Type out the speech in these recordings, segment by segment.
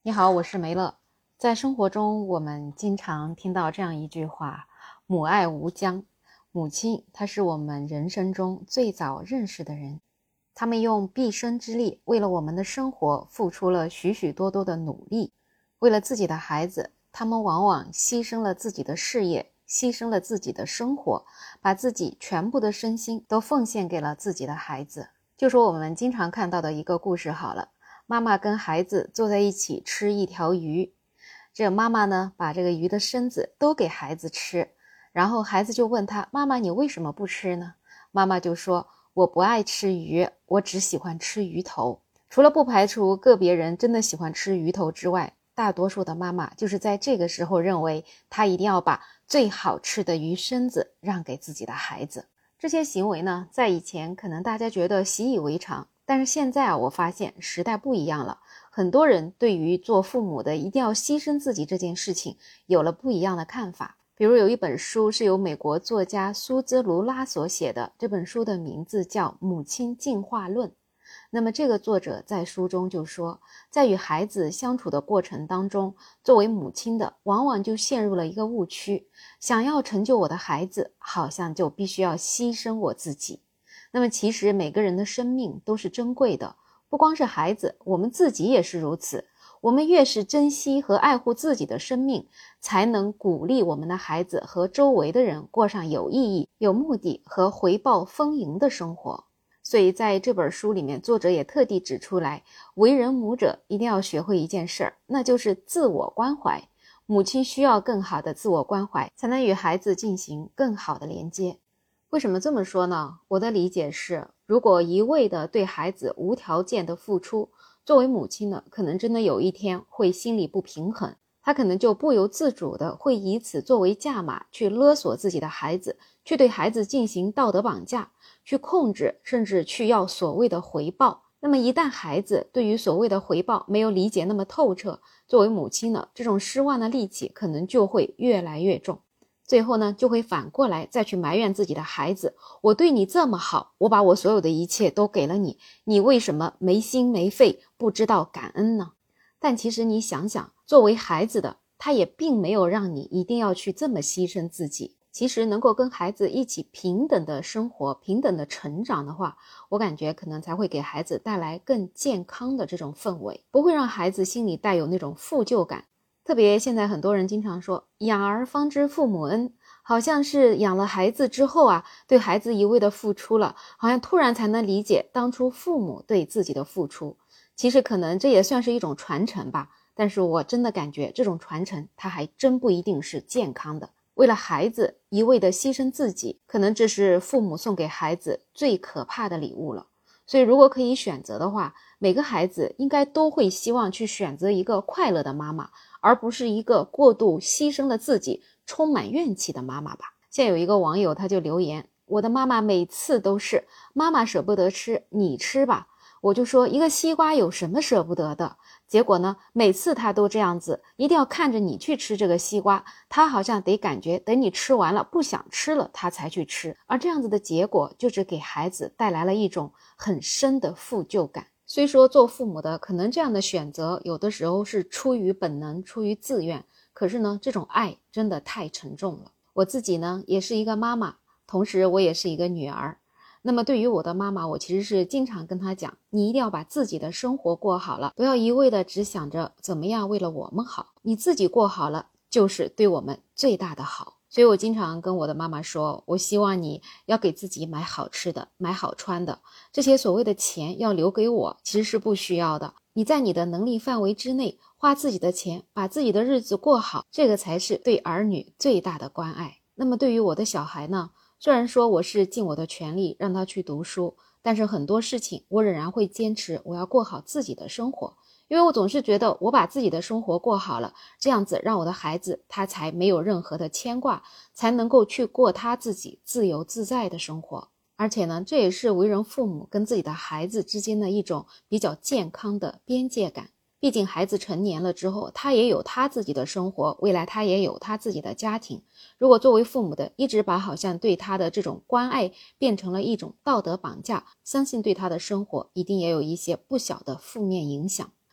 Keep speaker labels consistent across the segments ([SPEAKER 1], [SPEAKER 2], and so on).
[SPEAKER 1] 你好，我是梅乐。在生活中，我们经常听到这样一句话：母爱无疆。母亲，她是我们人生中最早认识的人，他们用毕生之力为了我们的生活付出了许许多多的努力。为了自己的孩子，他们往往牺牲了自己的事业，牺牲了自己的生活，把自己全部的身心都奉献给了自己的孩子。就说我们经常看到的一个故事好了，妈妈跟孩子坐在一起吃一条鱼，这妈妈呢把这个鱼的身子都给孩子吃，然后孩子就问他，妈妈你为什么不吃呢？妈妈就说，我不爱吃鱼，我只喜欢吃鱼头。除了不排除个别人真的喜欢吃鱼头之外，大多数的妈妈就是在这个时候认为她一定要把最好吃的鱼身子让给自己的孩子。这些行为呢，在以前可能大家觉得习以为常，但是现在我发现时代不一样了，很多人对于做父母的一定要牺牲自己这件事情有了不一样的看法。比如有一本书是由美国作家苏兹卢拉所写的，这本书的名字叫《母亲进化论》。那么这个作者在书中就说，在与孩子相处的过程当中，作为母亲的往往就陷入了一个误区，想要成就我的孩子，好像就必须要牺牲我自己。那么其实每个人的生命都是珍贵的，不光是孩子，我们自己也是如此。我们越是珍惜和爱护自己的生命，才能鼓励我们的孩子和周围的人过上有意义、有目的和回报丰盈的生活。所以在这本书里面，作者也特地指出来，为人母者一定要学会一件事儿，那就是自我关怀。母亲需要更好的自我关怀，才能与孩子进行更好的连接。为什么这么说呢？我的理解是，如果一味的对孩子无条件的付出，作为母亲呢，可能真的有一天会心理不平衡，她可能就不由自主的会以此作为价码去勒索自己的孩子，去对孩子进行道德绑架，去控制，甚至去要所谓的回报。那么一旦孩子对于所谓的回报没有理解那么透彻，作为母亲呢，这种失望的戾气可能就会越来越重。最后呢，就会反过来再去埋怨自己的孩子，我对你这么好，我把我所有的一切都给了你，你为什么没心没肺，不知道感恩呢？但其实你想想，作为孩子的，他也并没有让你一定要去这么牺牲自己。其实能够跟孩子一起平等的生活，平等的成长的话，我感觉可能才会给孩子带来更健康的这种氛围，不会让孩子心里带有那种负疚感。特别现在很多人经常说养儿方知父母恩，好像是养了孩子之后啊，对孩子一味的付出了，好像突然才能理解当初父母对自己的付出。其实可能这也算是一种传承吧，但是我真的感觉这种传承它还真不一定是健康的。为了孩子一味的牺牲自己，可能这是父母送给孩子最可怕的礼物了。所以如果可以选择的话，每个孩子应该都会希望去选择一个快乐的妈妈，而不是一个过度牺牲了自己、充满怨气的妈妈吧。现在有一个网友他就留言，我的妈妈每次都是妈妈舍不得吃，你吃吧。我就说一个西瓜有什么舍不得的？结果呢，每次他都这样子，一定要看着你去吃这个西瓜，他好像得感觉等你吃完了不想吃了他才去吃，而这样子的结果就是给孩子带来了一种很深的负疚感。虽说做父母的可能这样的选择有的时候是出于本能，出于自愿，可是呢，这种爱真的太沉重了。我自己呢也是一个妈妈，同时我也是一个女儿。那么对于我的妈妈，我其实是经常跟她讲，你一定要把自己的生活过好了，不要一味的只想着怎么样为了我们好，你自己过好了就是对我们最大的好。所以我经常跟我的妈妈说，我希望你要给自己买好吃的，买好穿的，这些所谓的钱要留给我，其实是不需要的。你在你的能力范围之内花自己的钱，把自己的日子过好，这个才是对儿女最大的关爱。那么对于我的小孩呢，虽然说我是尽我的全力让他去读书，但是很多事情我仍然会坚持我要过好自己的生活，因为我总是觉得我把自己的生活过好了，这样子让我的孩子他才没有任何的牵挂，才能够去过他自己自由自在的生活。而且呢，这也是为人父母跟自己的孩子之间的一种比较健康的边界感。毕竟孩子成年了之后，他也有他自己的生活，未来他也有他自己的家庭。如果作为父母的一直把好像对他的这种关爱变成了一种道德绑架，相信对他的生活一定也有一些不小的负面影响。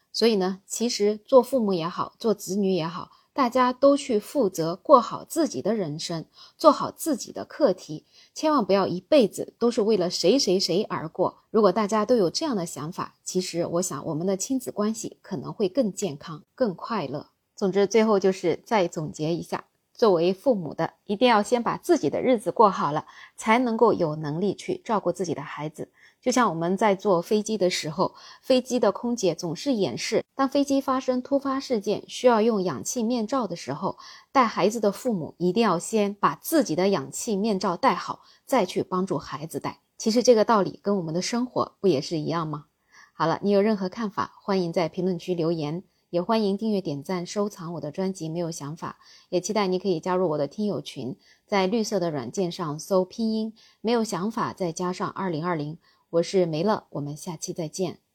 [SPEAKER 1] 所以呢，其实做父母也好，做子女也好，大家都去负责过好自己的人生，做好自己的课题，千万不要一辈子都是为了谁谁谁而过。如果大家都有这样的想法，其实我想我们的亲子关系可能会更健康、更快乐。总之，最后就是再总结一下，作为父母的，一定要先把自己的日子过好了，才能够有能力去照顾自己的孩子。就像我们在坐飞机的时候，飞机的空姐总是演示，当飞机发生突发事件需要用氧气面罩的时候，带孩子的父母一定要先把自己的氧气面罩戴好，再去帮助孩子戴。其实这个道理跟我们的生活不也是一样吗？好了，你有任何看法，欢迎在评论区留言，也欢迎订阅、点赞、收藏我的专辑没有想法，也期待你可以加入我的听友群，在绿色的软件上搜拼音没有想法再加上2020，我是梅乐，我们下期再见。